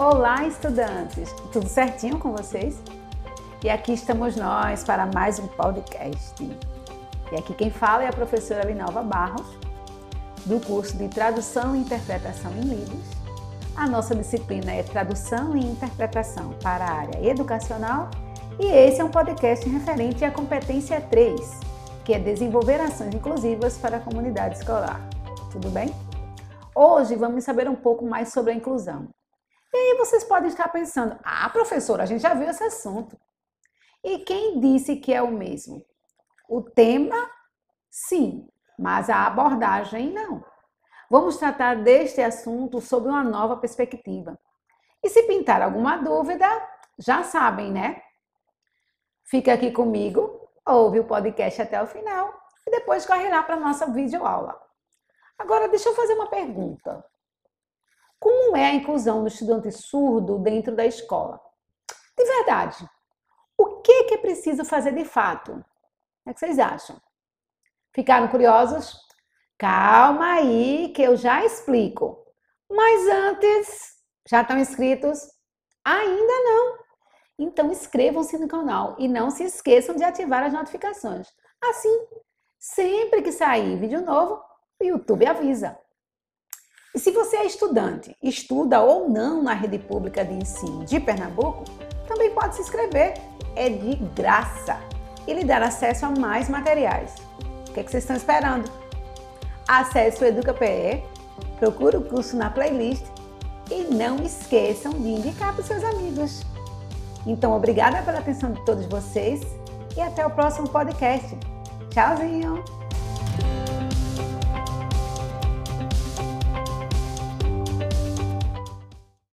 Olá, estudantes! Tudo certinho com vocês? E aqui estamos nós para mais um podcast. E aqui quem fala é a professora Linalva Barros, do curso de Tradução e Interpretação em Livros. A nossa disciplina é Tradução e Interpretação para a área educacional e esse é um podcast referente à competência 3, que é desenvolver ações inclusivas para a comunidade escolar. Tudo bem? Hoje vamos saber um pouco mais sobre a inclusão. E aí vocês podem estar pensando, professora, a gente já viu esse assunto. E quem disse que é o mesmo? O tema, sim, mas a abordagem não. Vamos tratar deste assunto sob uma nova perspectiva. E se pintar alguma dúvida, já sabem, né? Fica aqui comigo, ouve o podcast até o final e depois corre lá para a nossa videoaula. Agora, deixa eu fazer uma pergunta. Como é a inclusão do estudante surdo dentro da escola? De verdade, o que é preciso fazer de fato? O que vocês acham? Ficaram curiosos? Calma aí que eu já explico. Mas antes, já estão inscritos? Ainda não? Então inscrevam-se no canal e não se esqueçam de ativar as notificações. Assim, sempre que sair vídeo novo, o YouTube avisa. E se você é estudante, estuda ou não na rede pública de ensino de Pernambuco, também pode se inscrever. É de graça e lhe dar acesso a mais materiais. O que vocês estão esperando? Acesse o EducaPE, procure o curso na playlist e não esqueçam de indicar para os seus amigos. Então, obrigada pela atenção de todos vocês e até o próximo podcast. Tchauzinho!